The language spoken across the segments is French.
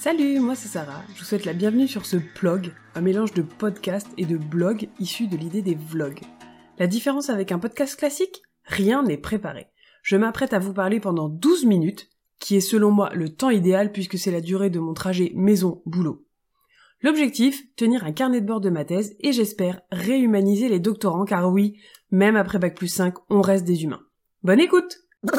Salut, moi c'est Sarah, je vous souhaite la bienvenue sur ce plog, un mélange de podcast et de blog issu de l'idée des vlogs. La différence avec un podcast classique ? Rien n'est préparé. Je m'apprête à vous parler pendant 12 minutes, qui est selon moi le temps idéal puisque c'est la durée de mon trajet maison-boulot. L'objectif, tenir un carnet de bord de ma thèse et j'espère réhumaniser les doctorants car oui, même après Bac+5, on reste des humains. Bonne écoute!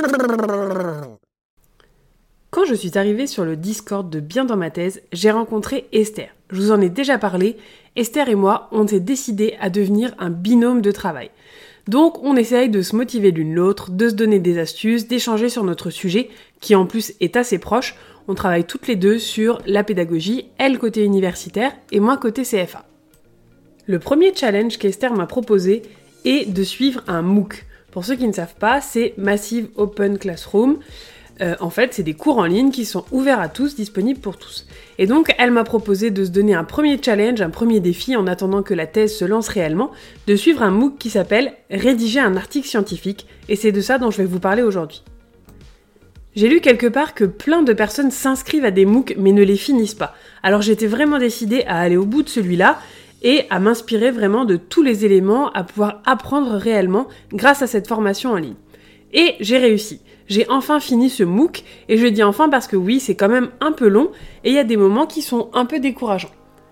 Quand je suis arrivée sur le Discord de Bien dans ma thèse, j'ai rencontré Esther. Je vous en ai déjà parlé, Esther et moi, on s'est décidé à devenir un binôme de travail. Donc on essaye de se motiver l'une l'autre, de se donner des astuces, d'échanger sur notre sujet, qui en plus est assez proche. On travaille toutes les deux sur la pédagogie, elle côté universitaire et moi côté CFA. Le premier challenge qu'Esther m'a proposé est de suivre un MOOC. Pour ceux qui ne savent pas, c'est Massive Open Classroom. En fait, c'est des cours en ligne qui sont ouverts à tous, disponibles pour tous. Et donc, elle m'a proposé de se donner un premier challenge, un premier défi, en attendant que la thèse se lance réellement, de suivre un MOOC qui s'appelle « Rédiger un article scientifique », et c'est de ça dont je vais vous parler aujourd'hui. J'ai lu quelque part que plein de personnes s'inscrivent à des MOOC, mais ne les finissent pas. Alors j'étais vraiment décidée à aller au bout de celui-là, et à m'inspirer vraiment de tous les éléments, à pouvoir apprendre réellement grâce à cette formation en ligne. Et j'ai réussi. J'ai enfin fini ce MOOC, et je dis enfin parce que oui, c'est quand même un peu long, et il y a des moments qui sont un peu décourageants.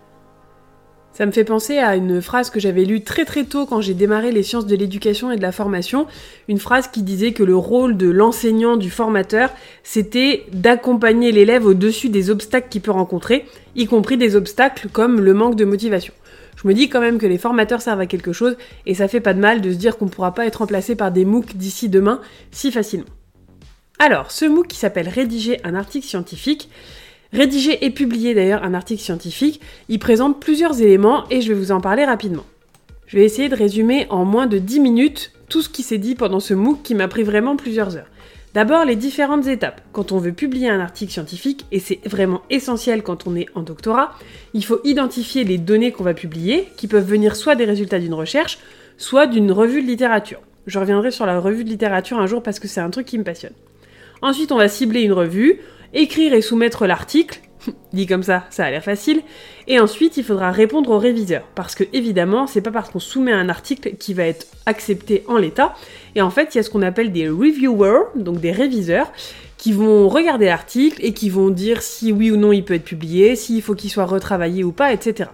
Ça me fait penser à une phrase que j'avais lue très très tôt quand j'ai démarré les sciences de l'éducation et de la formation, une phrase qui disait que le rôle de l'enseignant, du formateur, c'était d'accompagner l'élève au-dessus des obstacles qu'il peut rencontrer, y compris des obstacles comme le manque de motivation. Je me dis quand même que les formateurs servent à quelque chose, et ça fait pas de mal de se dire qu'on ne pourra pas être remplacé par des MOOC d'ici demain si facilement. Alors, ce MOOC qui s'appelle « Rédiger un article scientifique », rédiger et publier d'ailleurs un article scientifique, il présente plusieurs éléments et je vais vous en parler rapidement. Je vais essayer de résumer en moins de 10 minutes tout ce qui s'est dit pendant ce MOOC qui m'a pris vraiment plusieurs heures. D'abord, les différentes étapes. Quand on veut publier un article scientifique, et c'est vraiment essentiel quand on est en doctorat, il faut identifier les données qu'on va publier, qui peuvent venir soit des résultats d'une recherche, soit d'une revue de littérature. Je reviendrai sur la revue de littérature un jour parce que c'est un truc qui me passionne. Ensuite, on va cibler une revue, écrire et soumettre l'article, dit comme ça a l'air facile, et ensuite il faudra répondre aux réviseurs, parce que évidemment, c'est pas parce qu'on soumet un article qui va être accepté en l'état, et en fait, il y a ce qu'on appelle des reviewers, donc des réviseurs, qui vont regarder l'article et qui vont dire si oui ou non il peut être publié, s'il faut qu'il soit retravaillé ou pas, etc.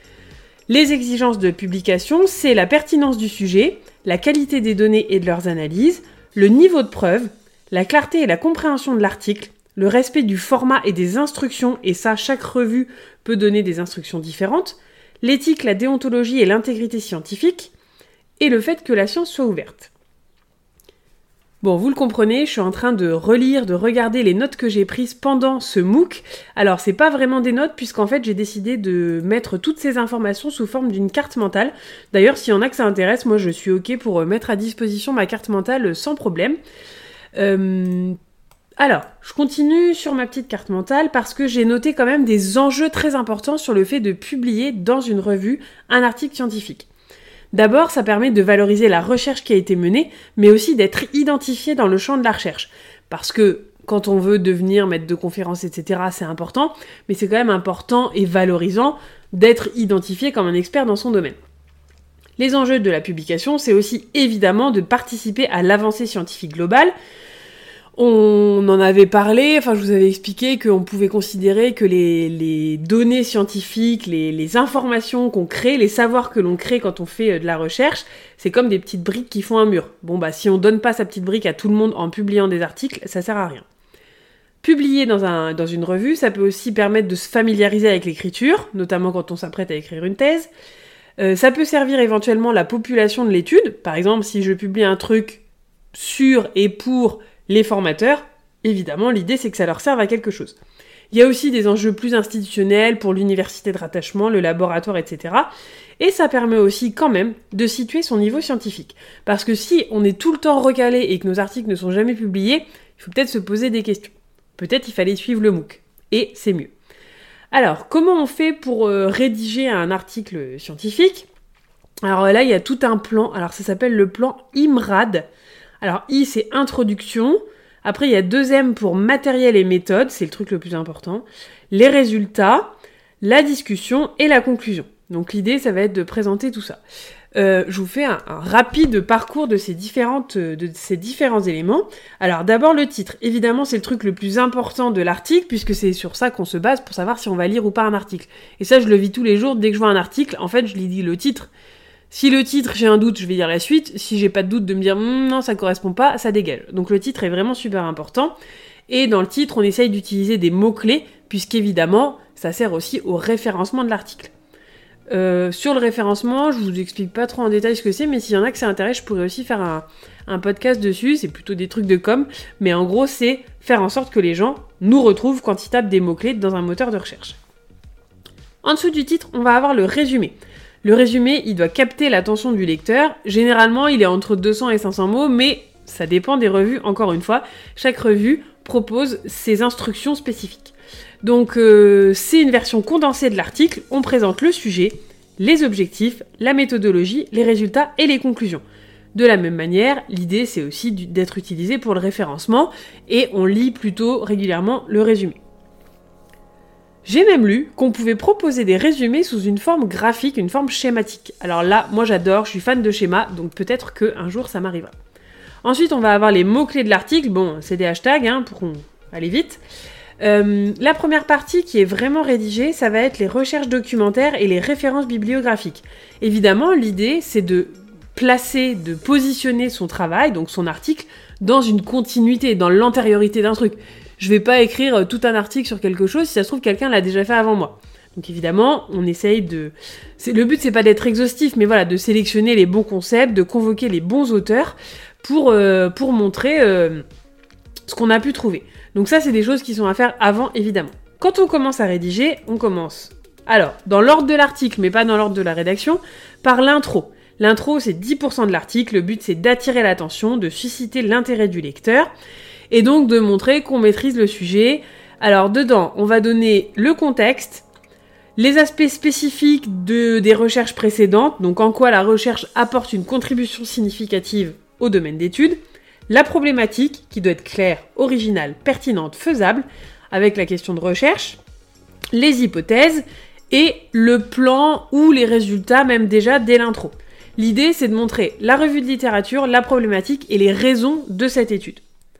Les exigences de publication, c'est la pertinence du sujet, la qualité des données et de leurs analyses, le niveau de preuve, la clarté et la compréhension de l'article, le respect du format et des instructions, et ça, chaque revue peut donner des instructions différentes, l'éthique, la déontologie et l'intégrité scientifique, et le fait que la science soit ouverte. Bon, vous le comprenez, je suis en train de relire, de regarder les notes que j'ai prises pendant ce MOOC. Alors, c'est pas vraiment des notes, puisqu'en fait, j'ai décidé de mettre toutes ces informations sous forme d'une carte mentale. D'ailleurs, s'il y en a que ça intéresse, moi, je suis OK pour mettre à disposition ma carte mentale sans problème. Alors, je continue sur ma petite carte mentale parce que j'ai noté quand même des enjeux très importants sur le fait de publier dans une revue un article scientifique. D'abord, ça permet de valoriser la recherche qui a été menée, mais aussi d'être identifié dans le champ de la recherche. Parce que quand on veut devenir maître de conférence, etc., c'est important, mais c'est quand même important et valorisant d'être identifié comme un expert dans son domaine. Les enjeux de la publication, c'est aussi évidemment de participer à l'avancée scientifique globale. On en avait parlé, je vous avais expliqué qu'on pouvait considérer que les données scientifiques, les informations qu'on crée, les savoirs que l'on crée quand on fait de la recherche, c'est comme des petites briques qui font un mur. Bon si on donne pas sa petite brique à tout le monde en publiant des articles, ça sert à rien. Publier dans une revue, ça peut aussi permettre de se familiariser avec l'écriture, notamment quand on s'apprête à écrire une thèse. Ça peut servir éventuellement la population de l'étude. Par exemple, si je publie un truc sur et pour les formateurs, évidemment, l'idée c'est que ça leur serve à quelque chose. Il y a aussi des enjeux plus institutionnels pour l'université de rattachement, le laboratoire, etc. Et ça permet aussi quand même de situer son niveau scientifique. Parce que si on est tout le temps recalé et que nos articles ne sont jamais publiés, il faut peut-être se poser des questions. Peut-être il fallait suivre le MOOC. Et c'est mieux. Alors, comment on fait pour rédiger un article scientifique ? Alors là, il y a tout un plan. Alors ça s'appelle le plan IMRAD. Alors I, c'est introduction. Après, il y a 2 M pour matériel et méthode, c'est le truc le plus important. Les résultats, la discussion et la conclusion. Donc l'idée, ça va être de présenter tout ça. Je vous fais un rapide parcours de ces différents éléments. Alors d'abord le titre. Évidemment, c'est le truc le plus important de l'article, puisque c'est sur ça qu'on se base pour savoir si on va lire ou pas un article. Et ça, je le vis tous les jours. Dès que je vois un article, en fait, je lis le titre. Si le titre, j'ai un doute, je vais lire la suite. Si j'ai pas de doute de me dire non, ça correspond pas, ça dégage. Donc le titre est vraiment super important. Et dans le titre, on essaye d'utiliser des mots-clés, puisqu'évidemment, ça sert aussi au référencement de l'article. Sur le référencement, je vous explique pas trop en détail ce que c'est, mais s'il y en a que ça intéresse, je pourrais aussi faire un podcast dessus. C'est plutôt des trucs de com, mais en gros, c'est faire en sorte que les gens nous retrouvent quand ils tapent des mots-clés dans un moteur de recherche. En dessous du titre, on va avoir le résumé. Le résumé, il doit capter l'attention du lecteur. Généralement, il est entre 200 et 500 mots, mais ça dépend des revues, encore une fois. Chaque revue propose ses instructions spécifiques. Donc c'est une version condensée de l'article, on présente le sujet, les objectifs, la méthodologie, les résultats et les conclusions. De la même manière, l'idée c'est aussi d'être utilisé pour le référencement et on lit plutôt régulièrement le résumé. J'ai même lu qu'on pouvait proposer des résumés sous une forme graphique, une forme schématique. Alors là, moi j'adore, je suis fan de schémas, donc peut-être qu'un jour ça m'arrivera. Ensuite, on va avoir les mots-clés de l'article, bon, c'est des hashtags pour aller vite. La première partie qui est vraiment rédigée, ça va être les recherches documentaires et les références bibliographiques. Évidemment, l'idée, c'est de positionner son travail, donc son article, dans une continuité, dans l'antériorité d'un truc. Je vais pas écrire tout un article sur quelque chose si ça se trouve quelqu'un l'a déjà fait avant moi. Donc évidemment, on essaye le but, c'est pas d'être exhaustif, mais voilà, de sélectionner les bons concepts, de convoquer les bons auteurs pour montrer ce qu'on a pu trouver. Donc ça, c'est des choses qui sont à faire avant, évidemment. Quand on commence à rédiger, on commence, alors, dans l'ordre de l'article, mais pas dans l'ordre de la rédaction, par l'intro. L'intro, c'est 10% de l'article. Le but, c'est d'attirer l'attention, de susciter l'intérêt du lecteur, et donc de montrer qu'on maîtrise le sujet. Alors, dedans, on va donner le contexte, les aspects spécifiques des recherches précédentes, donc en quoi la recherche apporte une contribution significative au domaine d'étude, la problématique, qui doit être claire, originale, pertinente, faisable, avec la question de recherche, les hypothèses, et le plan ou les résultats, même déjà dès l'intro. L'idée, c'est de montrer la revue de littérature, la problématique et les raisons de cette étude.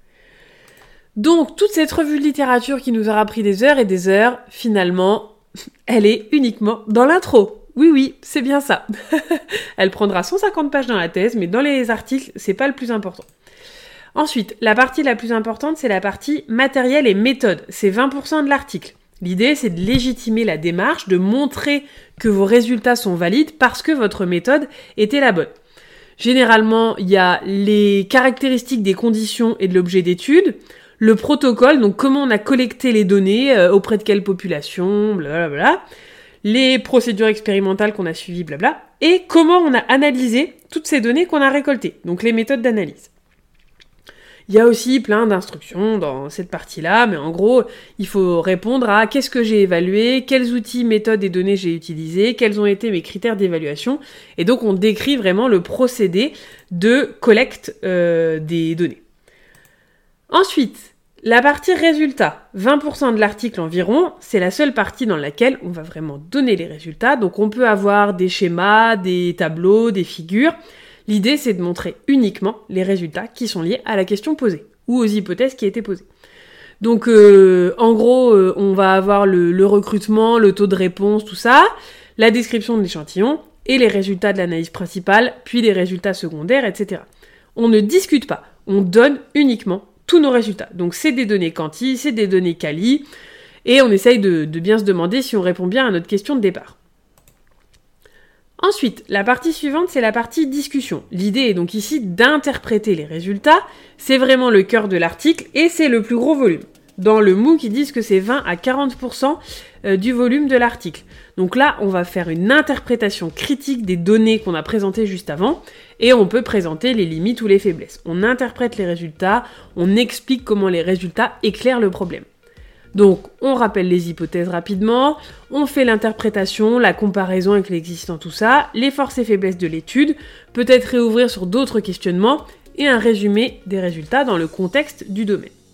Donc, toute cette revue de littérature qui nous aura pris des heures et des heures, finalement, elle est uniquement dans l'intro. Oui, c'est bien ça. Elle prendra 150 pages dans la thèse, mais dans les articles, c'est pas le plus important. Ensuite, la partie la plus importante, c'est la partie matériel et méthode. C'est 20% de l'article. L'idée, c'est de légitimer la démarche, de montrer que vos résultats sont valides parce que votre méthode était la bonne. Généralement, il y a les caractéristiques des conditions et de l'objet d'étude, le protocole, donc comment on a collecté les données, auprès de quelle population, blablabla, les procédures expérimentales qu'on a suivies, blabla, et comment on a analysé toutes ces données qu'on a récoltées, donc les méthodes d'analyse. Il y a aussi plein d'instructions dans cette partie-là, mais en gros, il faut répondre à qu'est-ce que j'ai évalué, quels outils, méthodes et données j'ai utilisés, quels ont été mes critères d'évaluation, et donc on décrit vraiment le procédé de collecte des données. Ensuite, la partie résultats, 20% de l'article environ, c'est la seule partie dans laquelle on va vraiment donner les résultats, donc on peut avoir des schémas, des tableaux, des figures. L'idée, c'est de montrer uniquement les résultats qui sont liés à la question posée, ou aux hypothèses qui étaient posées. Donc, en gros, on va avoir le recrutement, le taux de réponse, tout ça, la description de l'échantillon, et les résultats de l'analyse principale, puis les résultats secondaires, etc. On ne discute pas, on donne uniquement tous nos résultats. Donc, c'est des données quanti, c'est des données quali, et on essaye de bien se demander si on répond bien à notre question de départ. Ensuite, la partie suivante, c'est la partie discussion. L'idée est donc ici d'interpréter les résultats, c'est vraiment le cœur de l'article et c'est le plus gros volume. Dans le MOOC, ils disent que c'est 20 à 40% du volume de l'article. Donc là, on va faire une interprétation critique des données qu'on a présentées juste avant et on peut présenter les limites ou les faiblesses. On interprète les résultats, on explique comment les résultats éclairent le problème. Donc, on rappelle les hypothèses rapidement, on fait l'interprétation, la comparaison avec l'existant, tout ça, les forces et faiblesses de l'étude, peut-être réouvrir sur d'autres questionnements et un résumé des résultats dans le contexte du domaine.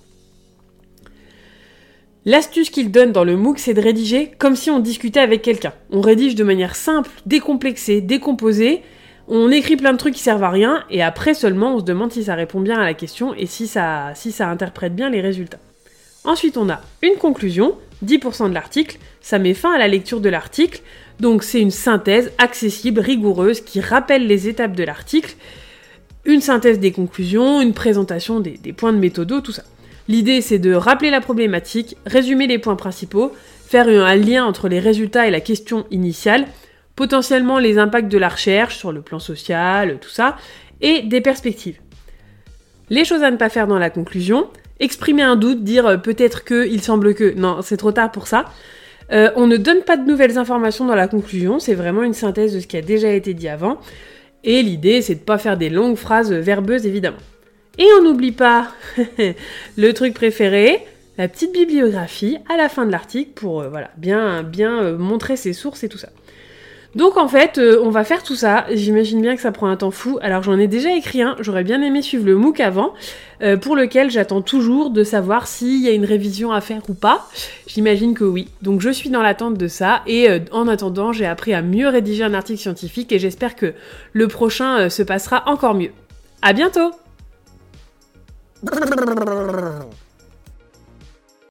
L'astuce qu'il donne dans le MOOC, c'est de rédiger comme si on discutait avec quelqu'un. On rédige de manière simple, décomplexée, décomposée, on écrit plein de trucs qui servent à rien, et après seulement on se demande si ça répond bien à la question et si ça interprète bien les résultats. Ensuite on a une conclusion, 10% de l'article, ça met fin à la lecture de l'article, donc c'est une synthèse accessible, rigoureuse, qui rappelle les étapes de l'article, une synthèse des conclusions, une présentation des points de méthodo, tout ça. L'idée, c'est de rappeler la problématique, résumer les points principaux, faire un lien entre les résultats et la question initiale, potentiellement les impacts de la recherche sur le plan social, tout ça, et des perspectives. Les choses à ne pas faire dans la conclusion, exprimer un doute, dire peut-être que, il semble que, non, c'est trop tard pour ça. On ne donne pas de nouvelles informations dans la conclusion, c'est vraiment une synthèse de ce qui a déjà été dit avant, et l'idée, c'est de pas faire des longues phrases verbeuses, évidemment. Et on n'oublie pas le truc préféré, la petite bibliographie à la fin de l'article pour bien montrer ses sources et tout ça. Donc en fait, on va faire tout ça. J'imagine bien que ça prend un temps fou. Alors j'en ai déjà écrit un, j'aurais bien aimé suivre le MOOC avant, pour lequel j'attends toujours de savoir s'il y a une révision à faire ou pas. J'imagine que oui. Donc je suis dans l'attente de ça, et en attendant, j'ai appris à mieux rédiger un article scientifique, et j'espère que le prochain se passera encore mieux. À bientôt!